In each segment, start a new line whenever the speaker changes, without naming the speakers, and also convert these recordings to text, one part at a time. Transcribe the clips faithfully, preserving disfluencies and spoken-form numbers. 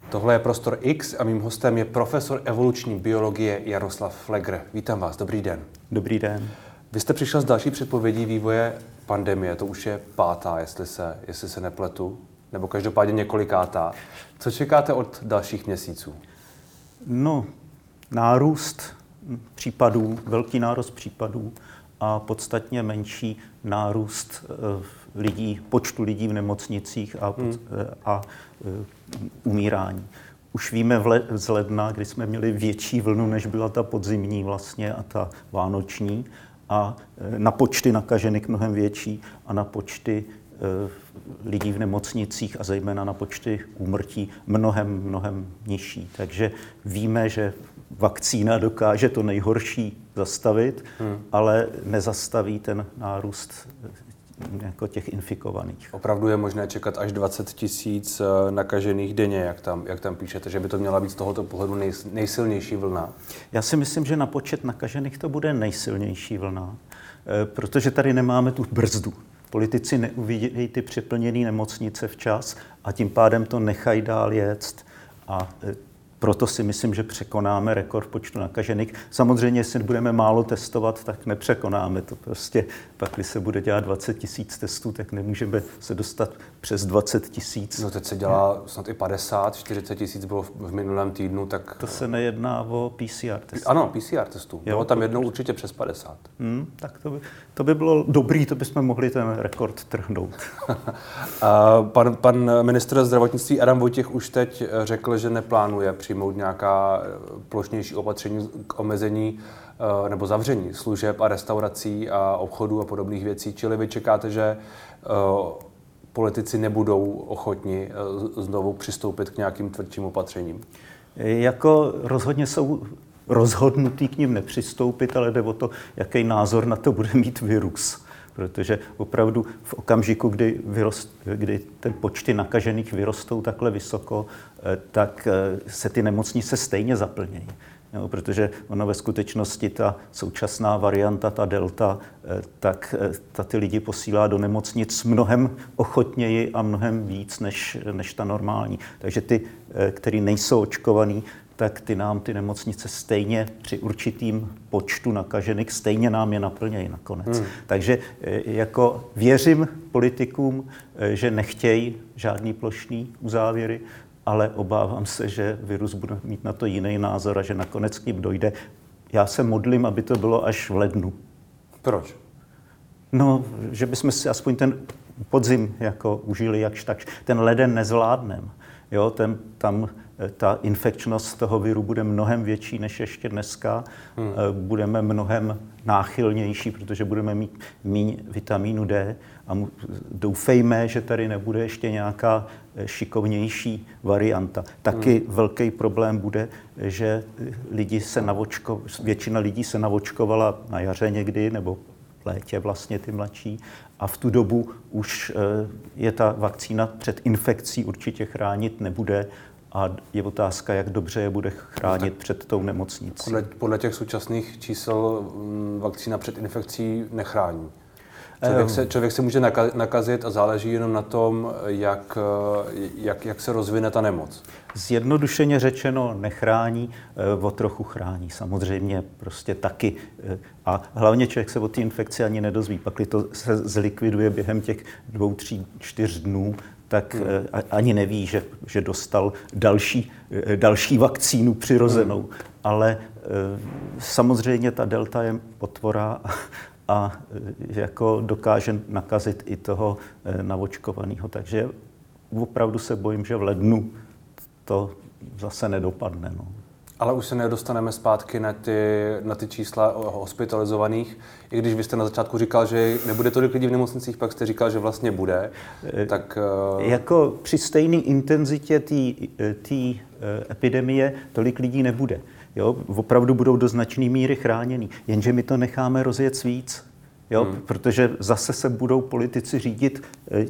Tohle je Prostor X a mým hostem je profesor evoluční biologie Jaroslav Flegr. Vítám vás, dobrý den.
Dobrý den.
Vy jste přišel s další předpovědí vývoje pandemie, to už je pátá, jestli se, jestli se nepletu, nebo každopádně několikátá. Co čekáte od dalších měsíců?
No, nárůst případů, velký nárůst případů a podstatně menší nárůst lidí, počtu lidí v nemocnicích a, hmm. a, a umírání. Už víme v le, z ledna, kdy jsme měli větší vlnu, než byla ta podzimní vlastně a ta vánoční, a na počty nakažených mnohem větší a na počty lidí v nemocnicích a zejména na počty úmrtí mnohem, mnohem nižší. Takže víme, že vakcína dokáže to nejhorší zastavit, hmm. ale nezastaví ten nárůst jako těch infikovaných.
Opravdu je možné čekat až dvacet tisíc nakažených denně, jak tam, jak tam píšete, že by to měla být z tohoto pohledu nej, nejsilnější vlna?
Já si myslím, že na počet nakažených to bude nejsilnější vlna, protože tady nemáme tu brzdu. Politici neuvidějí ty přeplněné nemocnice včas a tím pádem to nechají dál jet. A proto si myslím, že překonáme rekord počtu nakažených. Samozřejmě, jestli budeme málo testovat, tak nepřekonáme to. Prostě pak, když se bude dělat dvacet tisíc testů, tak nemůžeme se dostat přes dvacet tisíc.
No teď se dělá snad i padesát, čtyřicet tisíc bylo v minulém týdnu, tak...
To se nejedná o P C R testů.
Ano, P C R testů. Bylo tam jednou určitě přes padesát.
Hmm, tak to by, to by bylo dobrý, to bychom mohli ten rekord trhnout.
pan, pan ministr zdravotnictví Adam Vojtěch už teď řekl, že neplánuje přijmout nějaká plošnější opatření k omezení nebo zavření služeb a restaurací a obchodů a podobných věcí. Čili vy čekáte, že politici nebudou ochotni znovu přistoupit k nějakým tvrdším opatřením?
Jako rozhodně jsou rozhodnutí k nim nepřistoupit, ale jde o to, jaký názor na to bude mít virus. Protože opravdu v okamžiku, kdy, vyrost, kdy ten počty nakažených vyrostou takhle vysoko, tak se ty nemocnice stejně zaplnějí. Jo, protože ono ve skutečnosti ta současná varianta, ta delta, tak ta ty lidi posílá do nemocnic mnohem ochotněji a mnohem víc než, než ta normální. Takže ty, kteří nejsou očkovaní, tak ty nám ty nemocnice stejně při určitým počtu nakažených stejně nám je naplnějí nakonec. Hmm. Takže jako věřím politikům, že nechtějí žádný plošný uzávěry, ale obávám se, že virus bude mít na to jiný názor a že nakonec k ním dojde. Já se modlím, aby to bylo až v lednu.
Proč?
No, že bychom si aspoň ten podzim jako užili jakž tak. Ten leden nezvládneme. Jo, ten, tam ta infekčnost toho viru bude mnohem větší než ještě dneska. Hmm. Budeme mnohem náchylnější, protože budeme mít míň vitamínu D a doufejme, že tady nebude ještě nějaká šikovnější varianta. Taky hmm. velký problém bude, že lidi se navočko, většina lidí se navočkovala na jaře někdy, nebo v létě vlastně ty mladší, a v tu dobu už je ta vakcína před infekcí určitě chránit nebude. A je otázka, jak dobře je bude chránit tak před tou nemocnicí.
Podle, podle těch současných čísel vakcína před infekcí nechrání. Člověk se, člověk se může nakazit a záleží jenom na tom, jak, jak, jak se rozvine ta nemoc.
Zjednodušeně řečeno nechrání, o trochu chrání. Samozřejmě prostě taky. A hlavně člověk se o té infekci ani nedozví. Pak to se zlikviduje během těch dvou, tří, čtyř dnů, tak hmm. ani neví, že, že dostal další, další vakcínu přirozenou. Hmm. Ale samozřejmě ta delta je potvora a, a jako dokáže nakazit i toho navočkovaného. Takže opravdu se bojím, že v lednu to zase nedopadne. No.
Ale už se nedostaneme zpátky na ty, na ty čísla hospitalizovaných. I když vy jste na začátku říkal, že nebude tolik lidí v nemocnicích, pak jste říkal, že vlastně bude. Tak,
jako při stejné intenzitě té epidemie tolik lidí nebude. Jo? Opravdu budou do značné míry chráněný. Jenže my to necháme rozjet víc. Jo? Hmm. Protože zase se budou politici řídit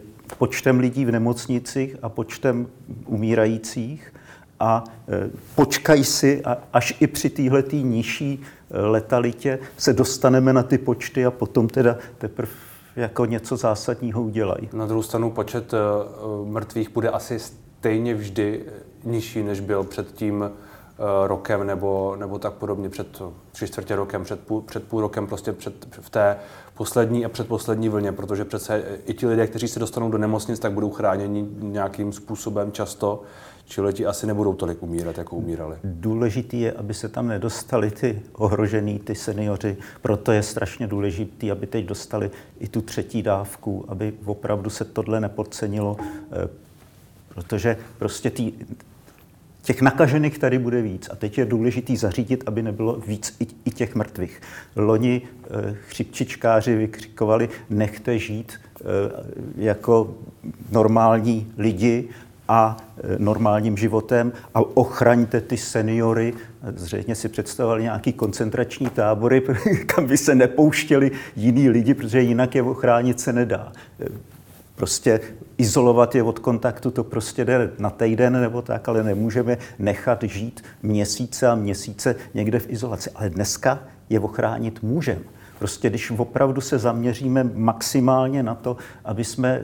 počtem lidí v nemocnicích a počtem umírajících. A počkají si, až i při téhletý nižší letalitě se dostaneme na ty počty a potom teda teprve jako něco zásadního udělají.
Na druhou stranu počet mrtvých bude asi stejně vždy nižší, než byl před tím uh, rokem nebo, nebo tak podobně, před tři čtvrtě rokem, před půl, před půl rokem, prostě před, v té poslední a předposlední vlně, protože přece i ti lidé, kteří se dostanou do nemocnic, tak budou chráněni nějakým způsobem často, čili ti asi nebudou tolik umírat, jako umírali.
Důležitý je, aby se tam nedostali ty ohrožený, ty seniori, proto je strašně důležitý, aby teď dostali i tu třetí dávku, aby opravdu se tohle nepodcenilo, protože prostě tý, těch nakažených tady bude víc a teď je důležitý zařídit, aby nebylo víc i, i těch mrtvých. Loni e, chřipčičkáři vykřikovali, nechte žít e, jako normální lidi a e, normálním životem a ochraňte ty seniory. Zřejmě si představovali nějaký koncentrační tábory, kam by se nepouštěli jiní lidi, protože jinak je ochránit se nedá. Prostě izolovat je od kontaktu, to prostě jde na týden nebo tak, ale nemůžeme nechat žít měsíce a měsíce někde v izolaci. Ale dneska je ochránit můžeme. Prostě když opravdu se zaměříme maximálně na to, aby jsme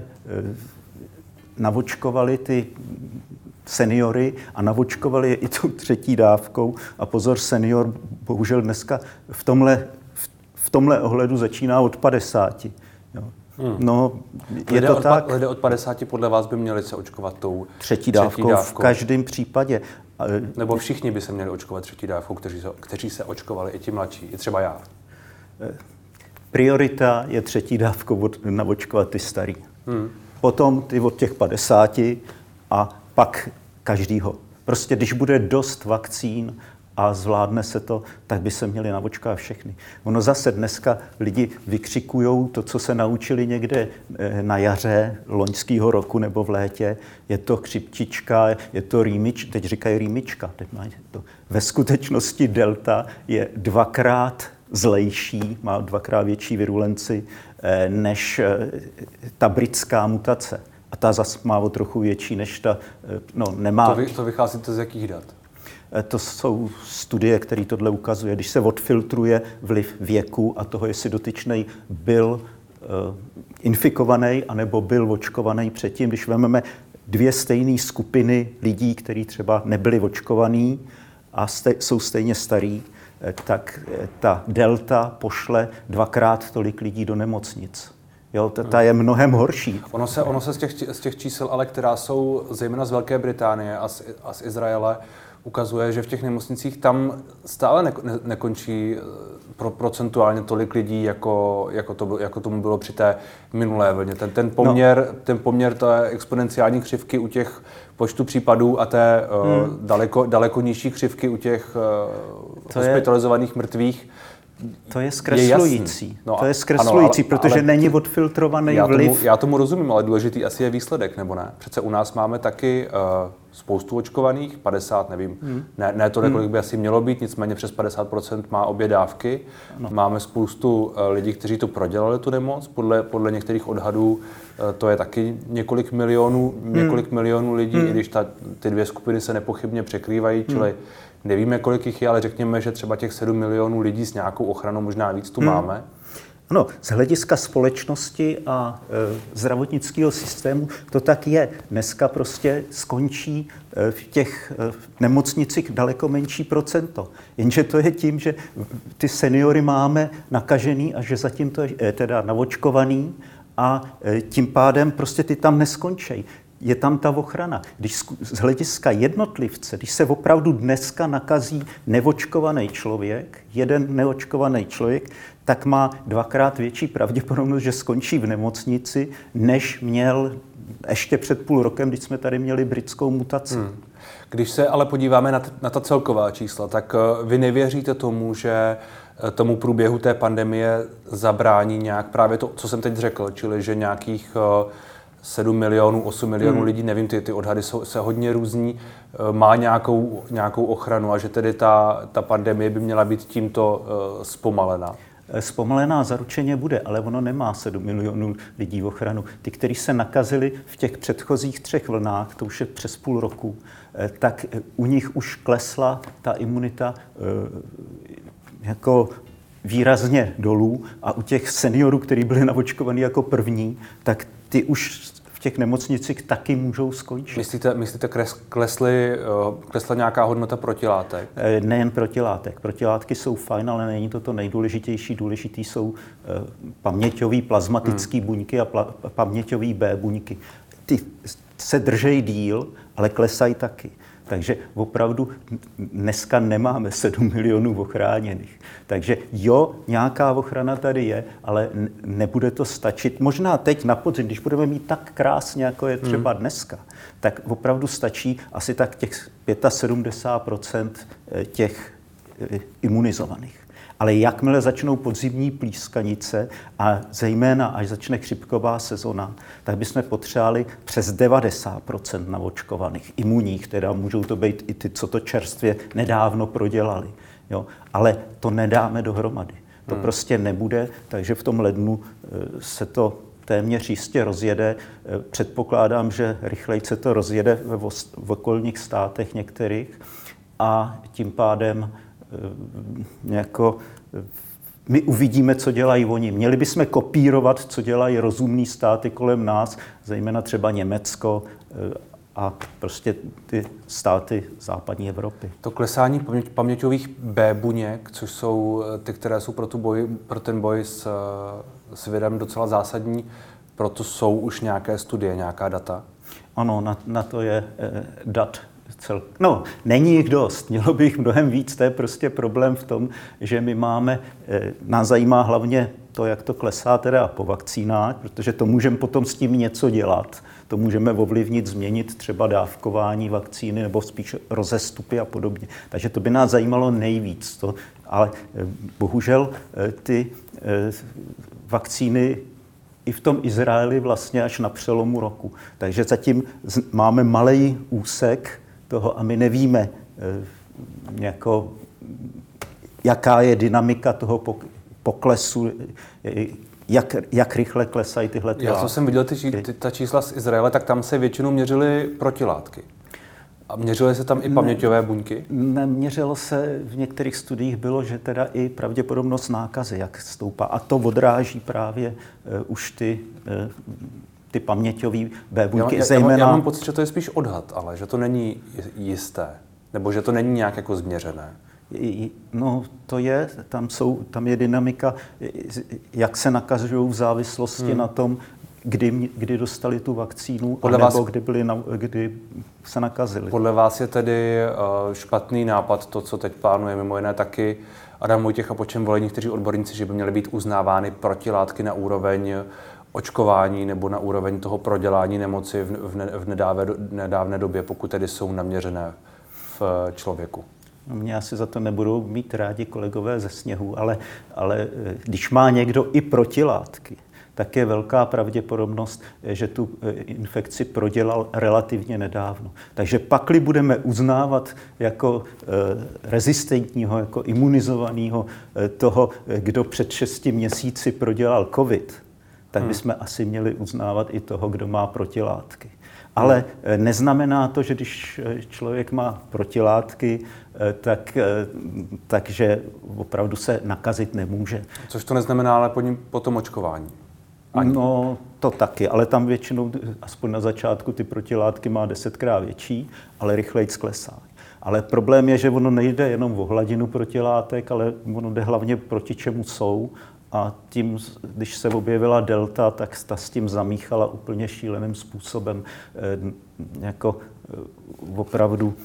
navočkovali ty seniory a navočkovali je i tou třetí dávkou. A pozor, senior bohužel dneska v tomhle, v tomhle ohledu začíná od padesáti. Jo. Hmm. No, je
lidé
to
od,
tak.
Lidé od padesáti podle vás by měli se očkovat tou
třetí dávkou, třetí dávkou v každém případě.
Nebo všichni by se měli očkovat třetí dávkou, kteří se, kteří se očkovali, i ti mladší, i třeba já.
Priorita je třetí dávkou navočkovat ty starý. Hmm. Potom ty od těch padesáti a pak každýho. Prostě když bude dost vakcín a zvládne se to, tak by se měli navočkovat všechny. Ono zase dneska lidi vykřikujou to, co se naučili někde na jaře loňského roku nebo v létě. Je to chřipčička, je to rýmič, teď říkají rýmička. Teď to. Ve skutečnosti delta je dvakrát zlejší, má dvakrát větší virulenci než ta britská mutace. A ta zase má o trochu větší než ta, no nemá...
To, vy, to vycházíte z jakých dat?
To jsou studie, které tohle ukazuje. Když se odfiltruje vliv věku a toho, jestli dotyčnej byl uh, infikovaný anebo byl očkovaný předtím, když vezmeme dvě stejné skupiny lidí, kteří třeba nebyli očkovaní a stej, jsou stejně starý, tak ta delta pošle dvakrát tolik lidí do nemocnic. Jo, ta je mnohem horší.
Ono se, ono se z, těch, z těch čísel, ale která jsou zejména z Velké Británie a z, a z Izraele, ukazuje, že v těch nemocnicích tam stále ne, ne, nekončí pro, procentuálně tolik lidí, jako, jako, to, jako tomu bylo při té minulé vlně. Ten, ten, poměr, no. ten poměr té exponenciální křivky u těch počtu případů a té hmm. uh, daleko, daleko nižší křivky u těch uh, hospitalizovaných je... mrtvých
To je zkreslující.
Je no,
to je zkreslující,
ano, ale,
protože
ale
není odfiltrovaný
já
vliv.
Tomu, já tomu rozumím, ale důležitý asi je výsledek, nebo ne? Přece u nás máme taky uh, spoustu očkovaných, padesát, nevím, hmm. ne, ne tolik, kolik by asi mělo být, nicméně přes padesát procent má obě dávky. No. Máme spoustu uh, lidí, kteří to prodělali, tu nemoc. Podle, podle některých odhadů uh, to je taky několik milionů, hmm. několik milionů lidí, hmm. i když ta, ty dvě skupiny se nepochybně překrývají, čili hmm. nevíme, kolik jich je, ale řekněme, že třeba těch sedm milionů lidí s nějakou ochranou, možná víc tu hmm. máme.
Ano, z hlediska společnosti a e, zdravotnického systému to tak je. Dneska prostě skončí e, v těch e, nemocnicích daleko menší procento. Jenže to je tím, že ty seniory máme nakažený a že zatím to je e, teda navočkovaný a e, tím pádem prostě ty tam neskončí. Je tam ta ochrana. Když z hlediska jednotlivce, když se opravdu dneska nakazí neočkovaný člověk, jeden neočkovaný člověk, tak má dvakrát větší pravděpodobnost, že skončí v nemocnici, než měl ještě před půl rokem, když jsme tady měli britskou mutaci. Hmm.
Když se ale podíváme na, t- na ta celková čísla, tak uh, vy nevěříte tomu, že uh, tomu průběhu té pandemie zabrání nějak právě to, co jsem teď řekl, čili že nějakých uh, sedm milionů, osm milionů hmm. lidí, nevím, ty, ty odhady jsou, se hodně různí, má nějakou, nějakou ochranu a že tedy ta, ta pandemie by měla být tímto uh, zpomalená.
Zpomalená zaručeně bude, ale ono nemá sedm milionů lidí v ochranu. Ty, kteří se nakazili v těch předchozích třech vlnách, to už je přes půl roku, tak u nich už klesla ta imunita jako výrazně dolů a u těch seniorů, kteří byli navočkovaní jako první, tak ty už těch nemocnicích taky můžou skončit.
Myslíte, myslíte klesly, klesla nějaká hodnota protilátek?
Nejen protilátek. Protilátky jsou fajn, ale není to to nejdůležitější. Důležitý jsou paměťové plazmatické hmm. buňky a pla, paměťové B buňky. Ty se držejí díl, ale klesají taky. Takže opravdu dneska nemáme sedm milionů ochráněných. Takže jo, nějaká ochrana tady je, ale nebude to stačit. Možná teď na podzim, když budeme mít tak krásně, jako je třeba hmm. dneska, tak opravdu stačí asi tak těch sedmdesát pět procent těch imunizovaných. Ale jakmile začnou podzimní plískanice a zejména až začne chřipková sezona, tak bychom potřebovali přes devadesát procent naočkovaných, imunních, teda můžou to být i ty, co to čerstvě nedávno prodělali. Jo? Ale to nedáme dohromady. To hmm. prostě nebude, takže v tom lednu se to téměř jistě rozjede. Předpokládám, že rychleji se to rozjede v, v okolních státech některých a tím pádem jako my uvidíme, co dělají oni. Měli bychom kopírovat, co dělají rozumní státy kolem nás, zejména třeba Německo a prostě ty státy západní Evropy.
To klesání paměť, paměťových B buněk, což jsou ty, které jsou pro, tu boj, pro ten boj s, s virem docela zásadní, proto jsou už nějaké studie, nějaká data?
Ano, na, na to je eh, dat. Cel... No, není jich dost, mělo by jich mnohem víc, to je prostě problém v tom, že my máme, eh, nás zajímá hlavně to, jak to klesá teda po vakcínách, protože to můžeme potom s tím něco dělat. To můžeme ovlivnit, změnit třeba dávkování vakcíny nebo spíš rozestupy a podobně. Takže to by nás zajímalo nejvíc. To, ale eh, bohužel eh, ty eh, vakcíny i v tom Izraeli vlastně až na přelomu roku. Takže zatím máme malej úsek toho a my nevíme, jako, jaká je dynamika toho poklesu, jak, jak rychle klesají tyhle ty
Já co jsem viděl ty, ty, ta čísla z Izraele, tak tam se většinou měřily protilátky. A měřily se tam i paměťové buňky?
Ne, měřilo se, v některých studiích bylo, že teda i pravděpodobnost nákazy, jak stoupá. A to odráží právě uh, už ty, uh, ty paměťové B buňky.
Já, já,
zejména...
já mám pocit, že to je spíš odhad, ale že to není jisté. Nebo že to není nějak jako změřené.
No, to je, tam, jsou, tam je dynamika, jak se nakazují v závislosti hmm. na tom, Kdy, kdy dostali tu vakcínu, nebo vás, kdy, byli na, kdy se nakazili.
Podle vás je tedy uh, špatný nápad to, co teď plánuje mimo jiné taky Adam Vojtěch a po čem volají někteří odborníci, že by měly být uznávány protilátky na úroveň očkování nebo na úroveň toho prodělání nemoci v, v, ne, v nedávné, nedávné době, pokud tedy jsou naměřené v člověku.
Mě asi za to nebudou mít rádi kolegové ze sněhu, ale, ale když má někdo i protilátky, tak je velká pravděpodobnost, že tu infekci prodělal relativně nedávno. Takže pakli budeme uznávat jako rezistentního, jako imunizovaného toho, kdo před šesti měsíci prodělal covid, tak hmm. bychom asi měli uznávat i toho, kdo má protilátky. Ale neznamená to, že když člověk má protilátky, tak, takže opravdu se nakazit nemůže.
Což to neznamená ale po, ní, po tom očkování?
Ani. No, to taky, ale tam většinou, aspoň na začátku, ty protilátky má desetkrát větší, ale rychleji sklesá. Ale problém je, že ono nejde jenom o hladinu protilátek, ale ono jde hlavně proti čemu jsou. A tím, když se objevila delta, tak ta s tím zamíchala úplně šíleným způsobem. E, jako e, opravdu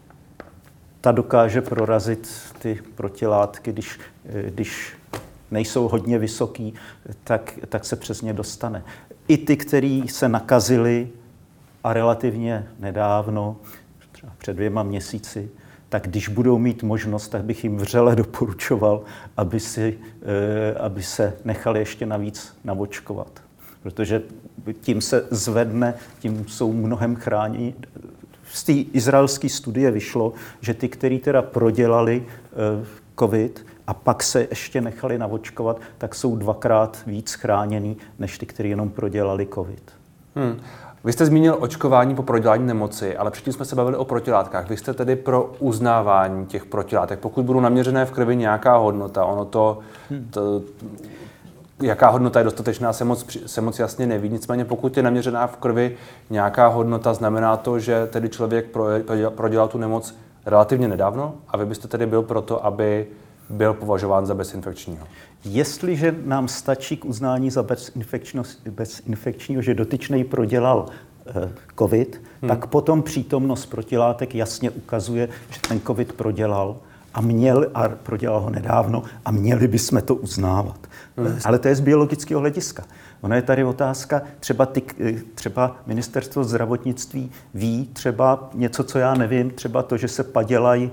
ta dokáže prorazit ty protilátky, když, e, když nejsou hodně vysoký, tak, tak se přes ně dostane. I ty, kteří se nakazili a relativně nedávno, třeba před dvěma měsíci, tak když budou mít možnost, tak bych jim vřele doporučoval, aby, si, aby se nechali ještě navíc naočkovat. Protože tím se zvedne, tím jsou mnohem chráněni. Z té izraelské studie vyšlo, že ty, kteří teda prodělali covid a pak se ještě nechali naočkovat, tak jsou dvakrát víc chráněný, než ty, kteří jenom prodělali covid.
Hmm. Vy jste zmínil očkování po prodělání nemoci, ale předtím jsme se bavili o protilátkách. Vy jste tedy pro uznávání těch protilátek. Pokud budou naměřené v krvi nějaká hodnota, ono to...
Hmm.
to jaká hodnota je dostatečná, se moc, se moc jasně neví. Nicméně pokud je naměřená v krvi nějaká hodnota, znamená to, že tedy člověk prodělal tu nemoc relativně nedávno a vy byste tedy byl proto, aby byl považován za bezinfekčního.
Jestliže nám stačí k uznání za bezinfekčního, že dotyčný prodělal eh, covid, hmm. tak potom přítomnost protilátek jasně ukazuje, že ten covid prodělal a měl a prodělal ho nedávno a měli bychom to uznávat. Hmm. Ale to je z biologického hlediska. Ono je tady otázka, třeba, ty, třeba ministerstvo zdravotnictví ví třeba něco, co já nevím, třeba to, že se padělají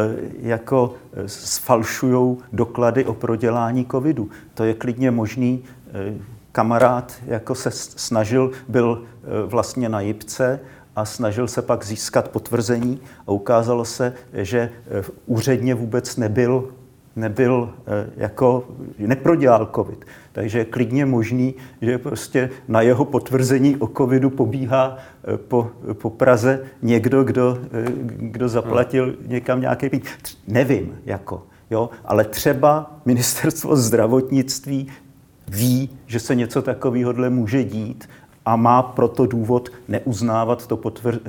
jako sfalšujou doklady o prodělání covidu. To je klidně možný. Kamarád jako se snažil, byl vlastně na jipce a snažil se pak získat potvrzení a ukázalo se, že úředně vůbec nebyl, nebyl jako, neprodělal covid. Takže je klidně možný, že prostě na jeho potvrzení o covidu pobíhá po, po Praze někdo, kdo, kdo zaplatil někam nějaký peníze. Nevím, jako, jo, ale třeba ministerstvo zdravotnictví ví, že se něco takového může dít a má proto důvod neuznávat to potvr-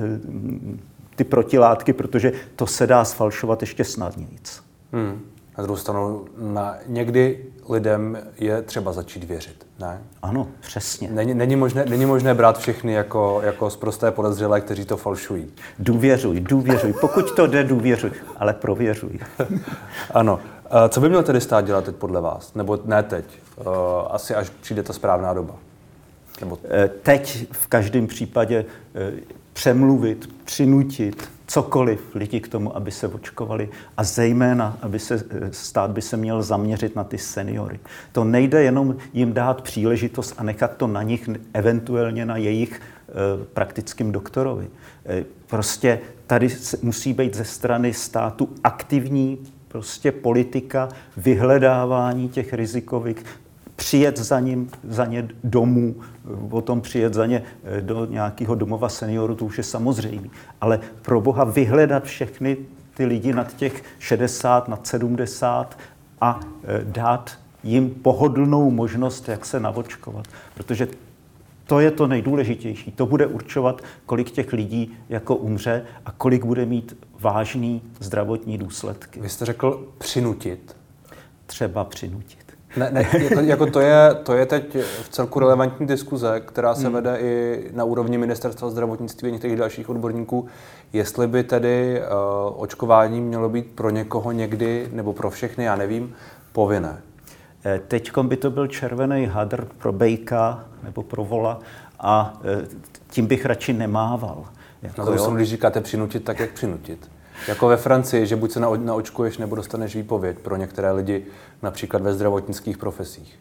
ty protilátky, protože to se dá sfalšovat ještě snadnějc.
Hmm. Na druhou stranu, na, někdy lidem je třeba začít věřit, ne?
Ano, přesně.
Není, není, možné, není možné brát všechny jako, jako sprosté podezřelé, kteří to falšují.
Důvěřuj, důvěřuj. Pokud to jde, důvěřuj, ale prověřuj.
Ano. Co by měl tedy stát dělat teď podle vás? Nebo ne teď? Asi až přijde ta správná doba. Nebo...
Teď v každém případě přemluvit, přinutit cokoliv lidi k tomu, aby se očkovali a zejména, aby se stát by se měl zaměřit na ty seniory. To nejde jenom jim dát příležitost a nechat to na nich, eventuálně na jejich e, praktickým doktorovi. E, prostě tady musí být ze strany státu aktivní prostě politika vyhledávání těch rizikových, přijet za ním, za ně domů, potom přijet za ně do nějakého domova seniorů, to už je samozřejmé. Ale pro boha vyhledat všechny ty lidi nad těch šedesát, nad sedmdesát a dát jim pohodlnou možnost, jak se navočkovat. Protože to je to nejdůležitější. To bude určovat, kolik těch lidí jako umře a kolik bude mít vážný zdravotní důsledky.
Vy jste řekl přinutit.
Třeba přinutit.
Ne, ne, jako, jako to, je, to je teď v celku relevantní diskuze, která se hmm. vede i na úrovni ministerstva zdravotnictví a některých dalších odborníků, jestli by tedy uh, očkování mělo být pro někoho někdy, nebo pro všechny, já nevím, povinné.
Teďkom by to byl červený hadr pro bejka nebo pro vola a tím bych radši nemával.
Jako, no to jsem, když říkáte přinutit, tak jak přinutit? Jako ve Francii, že buď se naočkuješ, nebo dostaneš výpověď pro některé lidi, například ve zdravotnických profesích.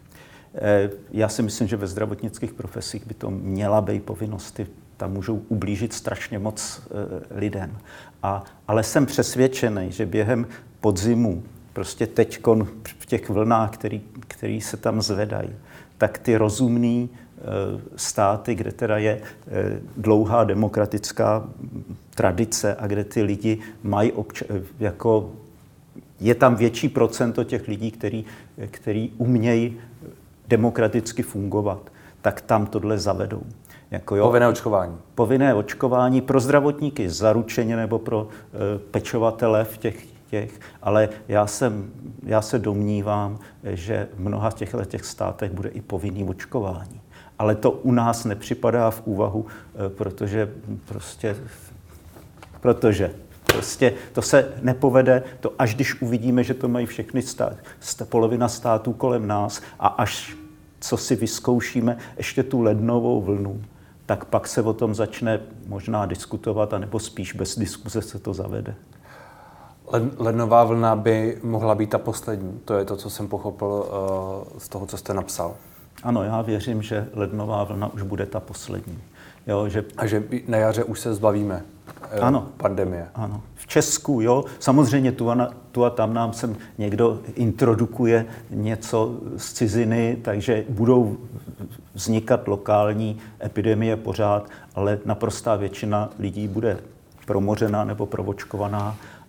Já si myslím, že ve zdravotnických profesích by to měla být povinnosti. Tam můžou ublížit strašně moc lidem. A, ale jsem přesvědčený, že během podzimu, prostě teďkon v těch vlnách, který, který se tam zvedají, tak ty rozumný státy, kde teda je dlouhá demokratická tradice a kde ty lidi mají obč- jako je tam větší procento těch lidí, který, který umějí demokraticky fungovat, tak tam tohle zavedou. Jako jo,
povinné očkování.
Povinné očkování pro zdravotníky zaručeně nebo pro e, pečovatele v těch, těch ale já, jsem, já se domnívám, že v mnoha těchto těch státech bude i povinný očkování. Ale to u nás nepřipadá v úvahu, protože prostě, protože prostě to se nepovede, to až když uvidíme, že to mají všechny stát, polovina států kolem nás a až co si vyzkoušíme ještě tu lednovou vlnu, tak pak se o tom začne možná diskutovat, anebo spíš bez diskuze se to zavede.
Lednová vlna by mohla být ta poslední. To je to, co jsem pochopil uh, z toho, co jste napsal.
Ano, já věřím, že lednová vlna už bude ta poslední. Jo, že...
A že na jaře už se zbavíme uh, ano, pandemie.
Ano. V Česku, jo. Samozřejmě tu a, tu a tam nám sem někdo introdukuje něco z ciziny, takže budou vznikat lokální epidemie pořád, ale naprostá většina lidí bude promořená nebo provočkovaná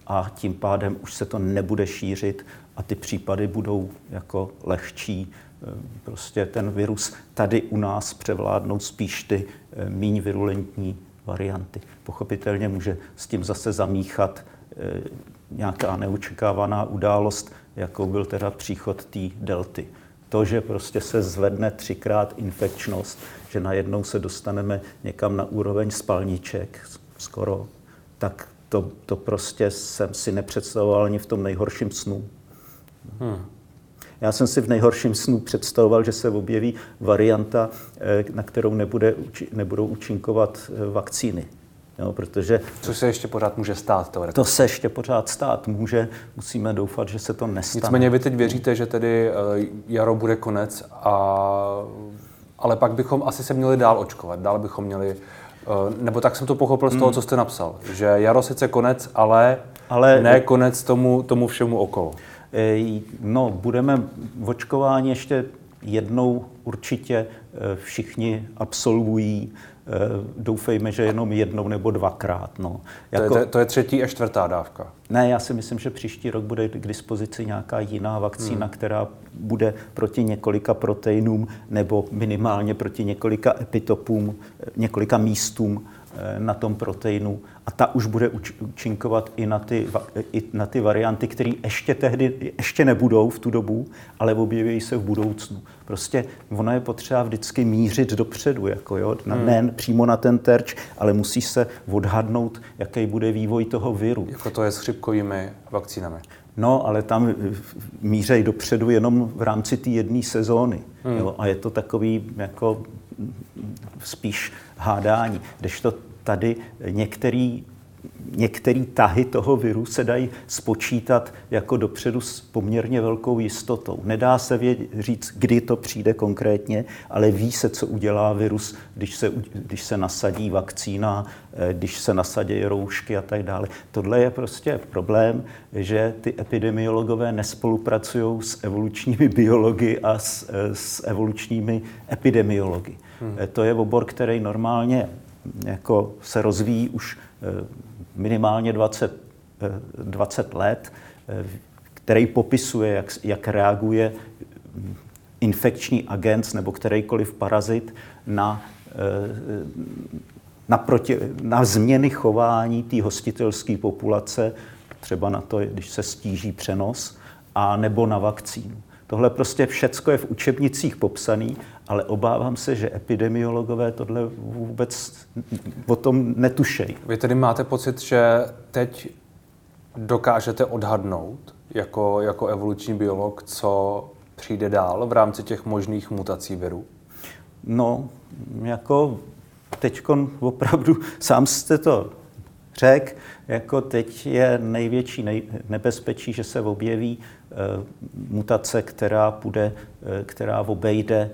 a tím pádem už se to nebude šířit a ty případy budou jako lehčí. Prostě ten virus tady u nás převládnou spíš ty míň virulentní varianty. Pochopitelně může s tím zase zamíchat nějaká neočekávaná událost, jakou byl teda příchod té delty. To, že prostě se zvedne třikrát infekčnost, že najednou se dostaneme někam na úroveň spalniček skoro, tak to, to prostě jsem si nepředstavoval ani v tom nejhorším snu. Hmm. Já jsem si v nejhorším snu představoval, že se objeví varianta, na kterou nebude, nebudou účinkovat vakcíny. Jo, protože
což se ještě pořád může stát. To,
to se ještě pořád stát může, musíme doufat, že se to nestane.
Nicméně vy teď věříte, že tedy jaro bude konec, a, ale pak bychom asi se měli dál očkovat, dál bychom měli, nebo tak jsem to pochopil z toho, co jste napsal, že jaro sice konec, ale, ale ne konec tomu, tomu všemu okolo.
No, budeme v očkování ještě jednou určitě všichni absolvují. Doufejme, že jenom jednou nebo dvakrát. No.
Jako, to, je, to je třetí a čtvrtá dávka?
Ne, já si myslím, že příští rok bude k dispozici nějaká jiná vakcína, hmm. která bude proti několika proteinům nebo minimálně proti několika epitopům, několika místům na tom proteinu. A ta už bude účinkovat i na ty, i na ty varianty, které ještě tehdy ještě nebudou v tu dobu, ale objeví se v budoucnu. Prostě ono je potřeba vždycky mířit dopředu, jako jo, hmm. ne přímo na ten terč, ale musí se odhadnout, jaký bude vývoj toho viru.
Jako to je s chřipkovými vakcínami.
No, ale tam mířej dopředu jenom v rámci té jedné sezóny. Hmm. Jo, a je to takový jako spíš hádání. Kdežto tady některý, některý tahy toho viru se dají spočítat jako dopředu s poměrně velkou jistotou. Nedá se věd, říct, kdy to přijde konkrétně, ale ví se, co udělá virus, když se, když se nasadí vakcína, když se nasadí roušky a tak dále. Tohle je prostě problém, že ty epidemiologové nespolupracují s evolučními biology a s, s evolučními epidemiology. Hmm. To je obor, který normálně jako se rozvíjí už minimálně dvacet, dvacet let, který popisuje, jak, jak reaguje infekční agent nebo kterýkoliv parazit na, na, proti, na změny chování té hostitelské populace, třeba na to, když se stíží přenos, a nebo na vakcínu. Tohle prostě všecko je v učebnicích popsaný, ale obávám se, že epidemiologové tohle vůbec o tom netušejí.
Vy tedy máte pocit, že teď dokážete odhadnout jako, jako evoluční biolog, co přijde dál v rámci těch možných mutací virů?
No, jako teďkon opravdu, sám jste to řekl, jako teď je největší nej, nebezpečí, že se objeví e, mutace, která půjde, e, která obejde e,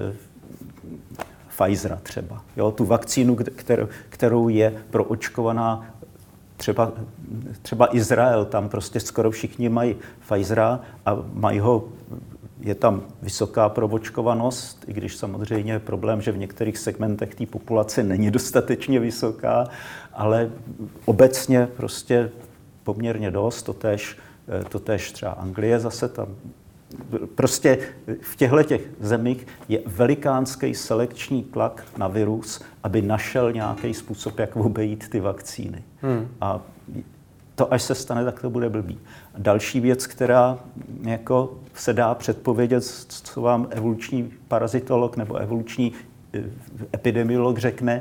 Pfizera třeba. Jo, tu vakcínu, kterou, kterou je proočkovaná třeba, třeba Izrael, tam prostě skoro všichni mají Pfizera a mají ho, je tam vysoká proočkovanost, i když samozřejmě je problém, že v některých segmentech té populace není dostatečně vysoká, ale obecně prostě poměrně dost, totéž, totéž třeba Anglie zase tam. Prostě v těchto těch zemích je velikánský selekční tlak na virus, aby našel nějaký způsob, jak obejít ty vakcíny. Hmm. A to, až se stane, tak to bude blbý. A další věc, která jako se dá předpovědět, co vám evoluční parazitolog nebo evoluční epidemiolog řekne,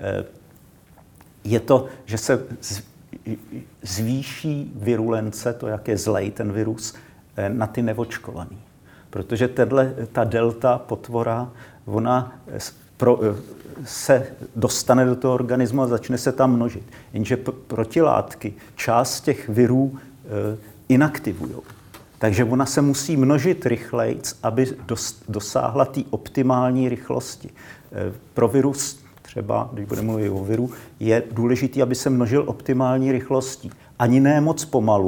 je to, že se zvýší virulence, to, jak je zlej ten virus, na ty neočkovaný. Protože tenhle, ta delta potvora, ona pro, se dostane do toho organismu a začne se tam množit. Jenže protilátky část těch virů e, inaktivují. Takže ona se musí množit rychlejc, aby dos, dosáhla té optimální rychlosti. E, pro virus, třeba, když budeme mluvit o viru, je důležité, aby se množil optimální rychlostí. Ani ne moc pomalu,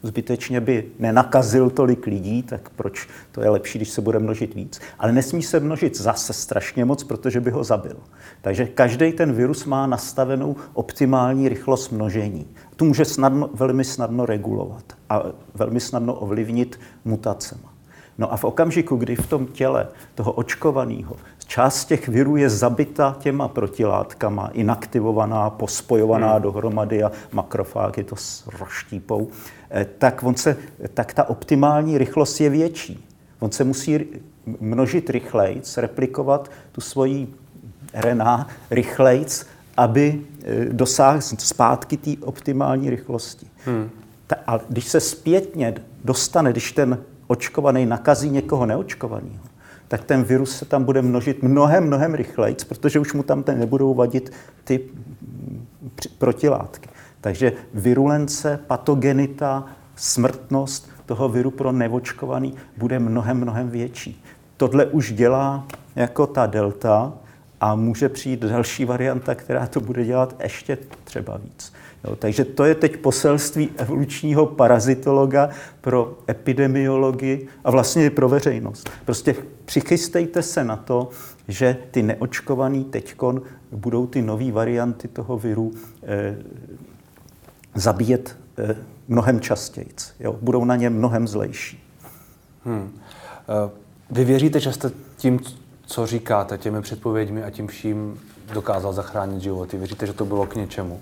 zbytečně by nenakazil tolik lidí, tak proč to je lepší, když se bude množit víc. Ale nesmí se množit zase strašně moc, protože by ho zabil. Takže každý ten virus má nastavenou optimální rychlost množení. Tu může snadno, velmi snadno regulovat a velmi snadno ovlivnit mutacema. No a v okamžiku, kdy v tom těle toho očkovaného část těch virů je zabita těma protilátkama, inaktivovaná, pospojovaná hmm. dohromady a makrofágy to roštípou, tak, on se, tak ta optimální rychlost je větší. On se musí množit rychlejc, replikovat tu svoji R N A rychlejc, aby dosáhl zpátky té optimální rychlosti. Hmm. Ta, a když se zpětně dostane, když ten očkovaný nakazí někoho neočkovaného, tak ten virus se tam bude množit mnohem, mnohem rychlejc, protože už mu tam nebudou vadit ty protilátky. Takže virulence, patogenita, smrtnost toho viru pro neočkovaný bude mnohem, mnohem větší. Tohle už dělá jako ta delta a může přijít další varianta, která to bude dělat ještě třeba víc. Jo, takže to je teď poselství evolučního parazitologa pro epidemiologii a vlastně i pro veřejnost. Prostě přichystejte se na to, že ty neočkovaný teďkon budou ty nové varianty toho viru eh, zabíjet eh, mnohem častěji. Jo, budou na ně mnohem zlejší.
Hmm. Vy věříte, že jste tím, co říkáte, těmi předpověďmi a tím vším dokázal zachránit životy? Věříte, že to bylo k něčemu?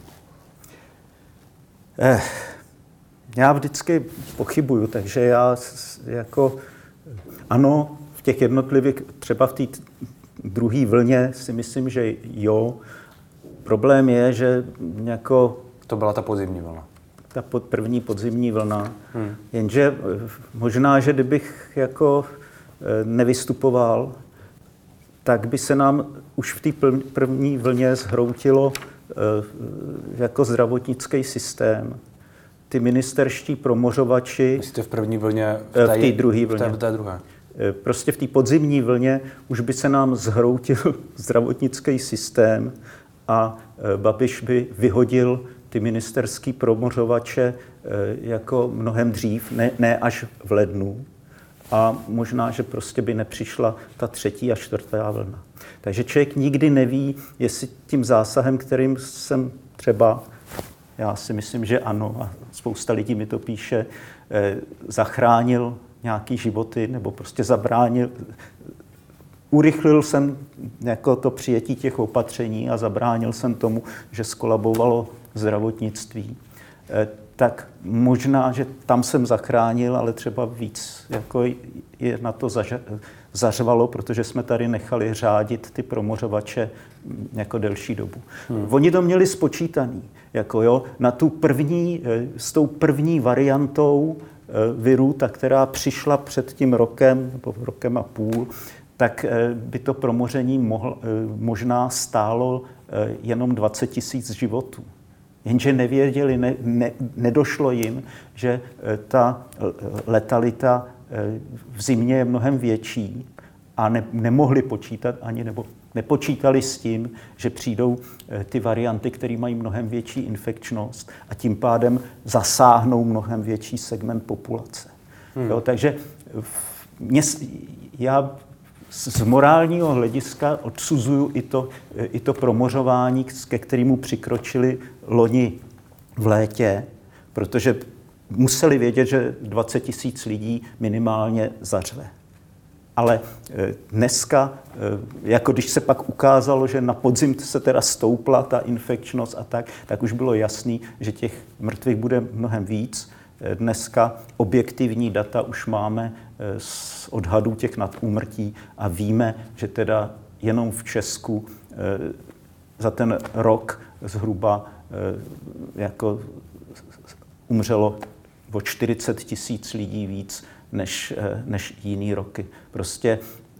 Eh, já vždycky pochybuju, takže já jako ano, v těch jednotlivých, třeba v té druhé vlně si myslím, že jo. Problém je, že jako...
To byla ta podzimní vlna.
Ta pod, první podzimní vlna. Hmm. Jenže možná, že kdybych jako nevystupoval, tak by se nám už v té první vlně zhroutilo jako zdravotnický systém. Ty ministerští promořovači...
Myslíte v první vlně?
V té druhé vlně.
V té druhé.
Prostě v té podzimní vlně už by se nám zhroutil zdravotnický systém a Babiš by vyhodil ty ministerský promořovače jako mnohem dřív, ne, ne až v lednu. A možná, že prostě by nepřišla ta třetí a čtvrtá vlna. Takže člověk nikdy neví, jestli tím zásahem, kterým jsem třeba, já si myslím, že ano, a spousta lidí mi to píše, eh, zachránil nějaký životy, nebo prostě zabránil, urychlil jsem jako to přijetí těch opatření a zabránil jsem tomu, že skolabovalo zdravotnictví. Eh, tak možná, že tam jsem zachránil, ale třeba víc jako je na to zařvalo, protože jsme tady nechali řádit ty promořovače jako delší dobu. Hmm. Oni to měli spočítaný, jako jo, na tu první, s tou první variantou viru, ta, která přišla před tím rokem, nebo rokem a půl, tak by to promoření mohl, možná stálo jenom dvacet tisíc životů. Jenže nevěděli, ne, ne, nedošlo jim, že ta letalita v zimě je mnohem větší a ne, nemohli počítat ani, nebo nepočítali s tím, že přijdou ty varianty, které mají mnohem větší infekčnost a tím pádem zasáhnou mnohem větší segment populace. Hmm. Jo, takže mě, já z morálního hlediska odsuzuju i to, i to promořování, ke kterému přikročili loni v létě, protože museli vědět, že dvacet tisíc lidí minimálně zařve. Ale dneska, jako když se pak ukázalo, že na podzim se teda stoupla ta infekčnost a tak, tak už bylo jasný, že těch mrtvých bude mnohem víc. Dneska objektivní data už máme z odhadů těch nadúmrtí a víme, že teda jenom v Česku za ten rok zhruba jako umřelo o čtyřicet tisíc lidí víc než, než jiný roky. Prostě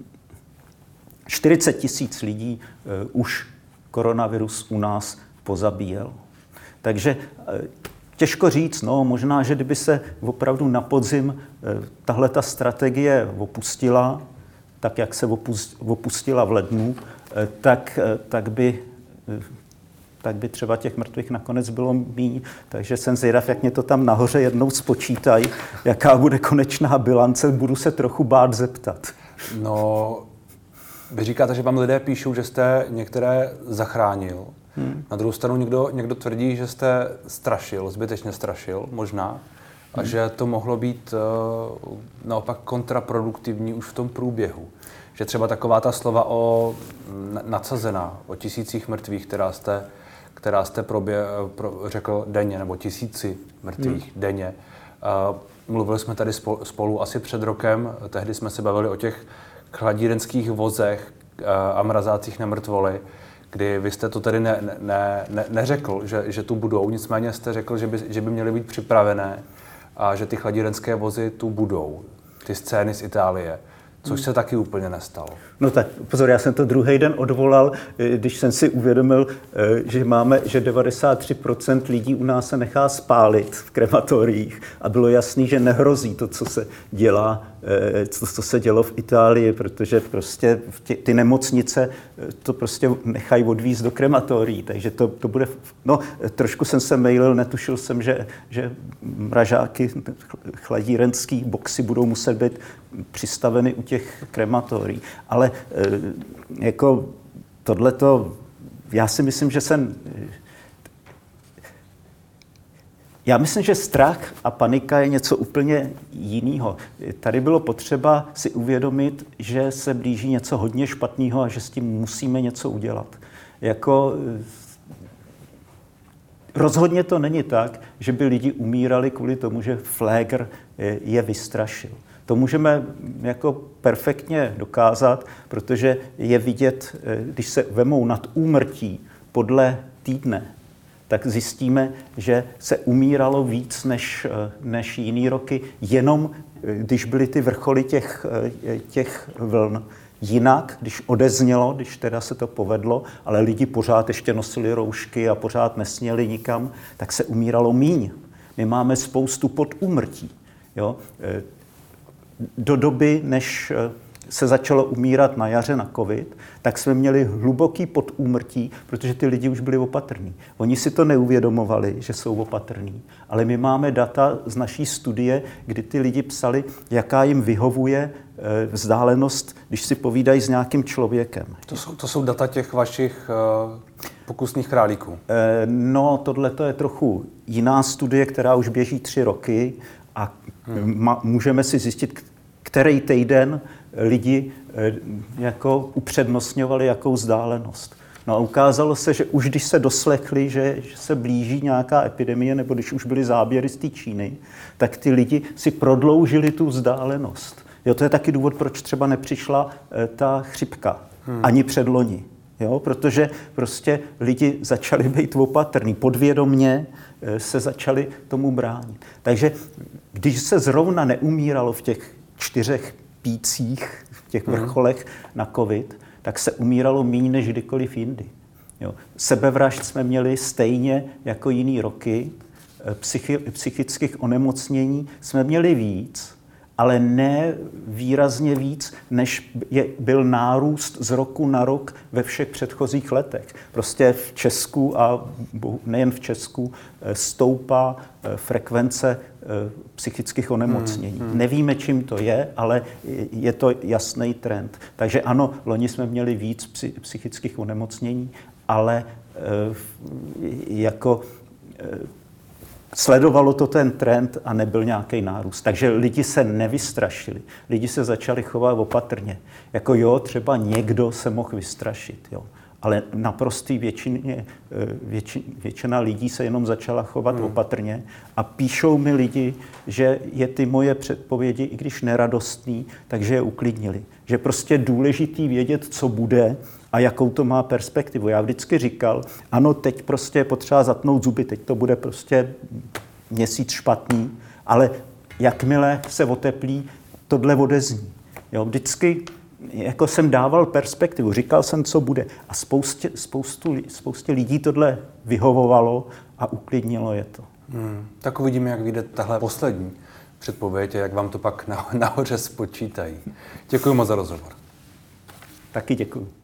čtyřicet tisíc lidí už koronavirus u nás pozabíjel. Takže těžko říct, no možná, že kdyby se opravdu na podzim tahle ta strategie opustila, tak jak se opustila v lednu, tak, tak by tak by třeba těch mrtvých nakonec bylo míň. Takže jsem zvědav, jak mě to tam nahoře jednou spočítají, jaká bude konečná bilance, budu se trochu bát zeptat.
No, vy říkáte, že vám lidé píšou, že jste některé zachránil. Hmm. Na druhou stranu někdo, někdo tvrdí, že jste strašil, zbytečně strašil, možná, a hmm. že to mohlo být uh, naopak kontraproduktivní už v tom průběhu. Že třeba taková ta slova o nadsazená, o tisících mrtvých, která jste, která jste probě, pro, řekl denně, nebo tisíci mrtvých hmm. denně. Uh, mluvili jsme tady spolu, spolu asi před rokem, tehdy jsme se bavili o těch chladírenských vozech uh, a mrazácích na mrtvoly, kdy vy jste to tedy ne, ne, ne, neřekl, že, že tu budou, nicméně jste řekl, že by, že by měly být připravené a že ty chladírenské vozy tu budou, ty scény z Itálie. Což se taky úplně nestalo.
No tak pozor, já jsem to druhý den odvolal, když jsem si uvědomil, že máme, že devadesát tři procent lidí u nás se nechá spálit v krematoriích a bylo jasný, že nehrozí to, co se dělá, to, co se dělo v Itálii, protože prostě tě, ty nemocnice to prostě nechají odvízt do krematorií, takže to, to bude, no trošku jsem se mailil, netušil jsem, že, že mražáky, chladírenský boxy budou muset být přistaveny u těch krematorií. Ale e, jako tohleto, já si myslím, že jsem... Já myslím, že strach a panika je něco úplně jiného. Tady bylo potřeba si uvědomit, že se blíží něco hodně špatného a že s tím musíme něco udělat. Jako... Rozhodně to není tak, že by lidi umírali kvůli tomu, že Pfleger je vystrašil. To můžeme jako perfektně dokázat, protože je vidět, když se vemou nad úmrtí podle týdne, tak zjistíme, že se umíralo víc než, než jiný roky, jenom když byly ty vrcholy těch, těch vln. Jinak, když odeznělo, když teda se to povedlo, ale lidi pořád ještě nosili roušky a pořád nesměli nikam, tak se umíralo míň. My máme spoustu podúmrtí. Jo? Do doby, než se začalo umírat na jaře na covid, tak jsme měli hluboký podúmrtí, protože ty lidi už byli opatrní. Oni si to neuvědomovali, že jsou opatrní, ale my máme data z naší studie, kdy ty lidi psali, jaká jim vyhovuje vzdálenost, když si povídají s nějakým člověkem.
To jsou, to jsou data těch vašich uh, pokusných králíků?
No, tohle to je trochu jiná studie, která už běží tři roky a hmm. ma, můžeme si zjistit, který týden lidi jako upřednostňovali jakou vzdálenost. No a ukázalo se, že už když se doslechli, že, že se blíží nějaká epidemie, nebo když už byly záběry z té Číny, tak ty lidi si prodloužili tu vzdálenost. Jo, to je taky důvod, proč třeba nepřišla ta chřipka, hmm. ani předloni. Jo, protože prostě lidi začali být opatrní, podvědomně se začali tomu bránit. Takže když se zrovna neumíralo v těch čtyřech pících, v těch vrcholech na covid, tak se umíralo míň než kdykoliv jindy. Jo. Sebevražd jsme měli stejně jako jiný roky, psychi, psychických onemocnění jsme měli víc, ale ne výrazně víc, než je, byl nárůst z roku na rok ve všech předchozích letech. Prostě v Česku a nejen v Česku stoupá frekvence psychických onemocnění. Hmm, hmm. Nevíme, čím to je, ale je to jasný trend. Takže ano, loni jsme měli víc psychických onemocnění, ale jako sledovalo to ten trend a nebyl nějaký nárůst. Takže lidi se nevystrašili. Lidi se začali chovat opatrně. Jako jo, třeba někdo se mohl vystrašit, jo. Ale naprostý většině, větši, většina lidí se jenom začala chovat hmm. opatrně a píšou mi lidi, že je ty moje předpovědi, i když neradostný, takže je uklidnili. Že prostě důležitý vědět, co bude a jakou to má perspektivu. Já vždycky říkal, ano, teď prostě je potřeba zatnout zuby, teď to bude prostě měsíc špatný, ale jakmile se oteplí, tohle odezní. Jo, vždycky jako jsem dával perspektivu, říkal jsem, co bude. A spoustě, spoustu, spoustě lidí tohle vyhovovalo a uklidnilo je to.
Hmm. Tak uvidíme, jak vyjde tahle poslední předpověď a jak vám to pak nahoře spočítají. Děkuji moc za rozhovor.
Taky děkuji.